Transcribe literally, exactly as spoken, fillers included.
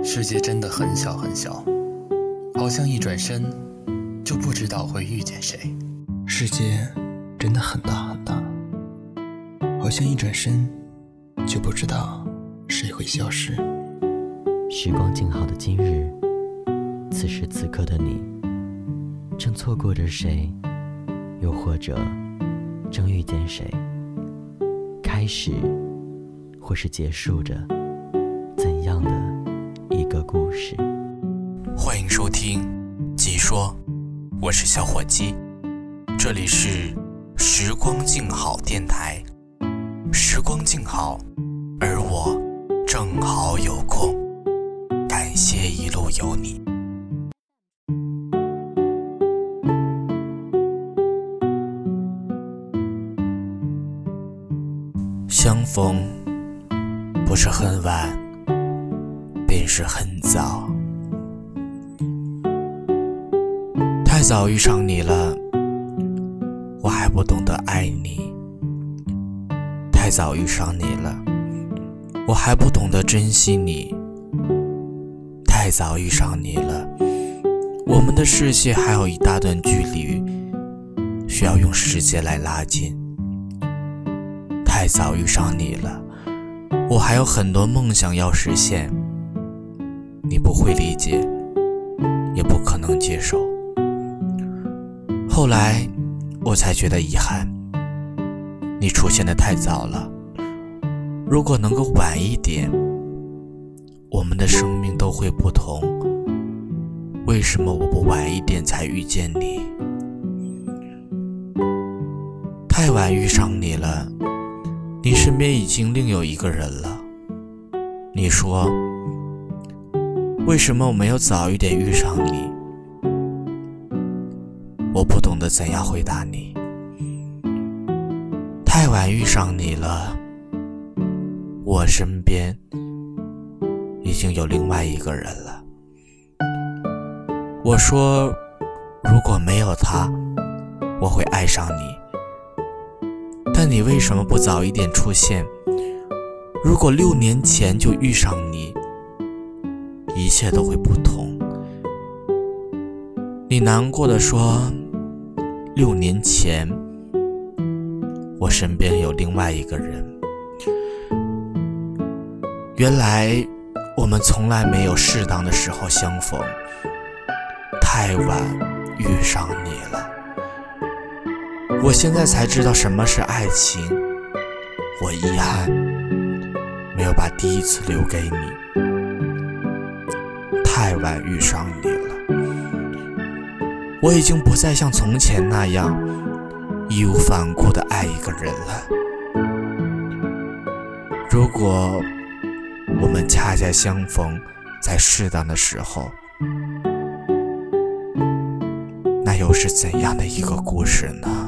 世界真的很小很小，好像一转身就不知道会遇见谁。 世界真的很大很大，好像一转身就不知道谁会消失。 时光静好的今日，此时此刻的你正错过着谁，又或者正遇见谁，开始或是结束着怎样的一个故事。 欢迎收听鸡说，我是小伙鸡，这里是时光静好电台。时光静好，而我正好有空，感谢一路有你。相逢不是很晚，便是很早。太早遇上你了，我还不懂得爱你。太早遇上你了，我还不懂得珍惜你。太早遇上你了，我们的世界还有一大段距离，需要用时间来拉近。太早遇上你了，我还有很多梦想要实现，你不会理解，也不可能接受。后来我才觉得遗憾，你出现得太早了。如果能够晚一点，我们的生命都会不同。为什么我不晚一点才遇见你？太晚遇上你了，你身边已经另有一个人了。你说，为什么我没有早一点遇上你？我不懂得怎样回答你。太晚遇上你了，我身边已经有另外一个人了。我说，如果没有他，我会爱上你。但你为什么不早一点出现？如果六年前就遇上你，一切都会不同。你难过地说，六年前我身边有另外一个人。原来我们从来没有适当的时候相逢，太晚遇上你了。我现在才知道什么是爱情，我遗憾没有把第一次留给你。太晚遇上你了，我已经不再像从前那样义无反顾地爱一个人了。如果我们恰恰相逢在适当的时候，那又是怎样的一个故事呢？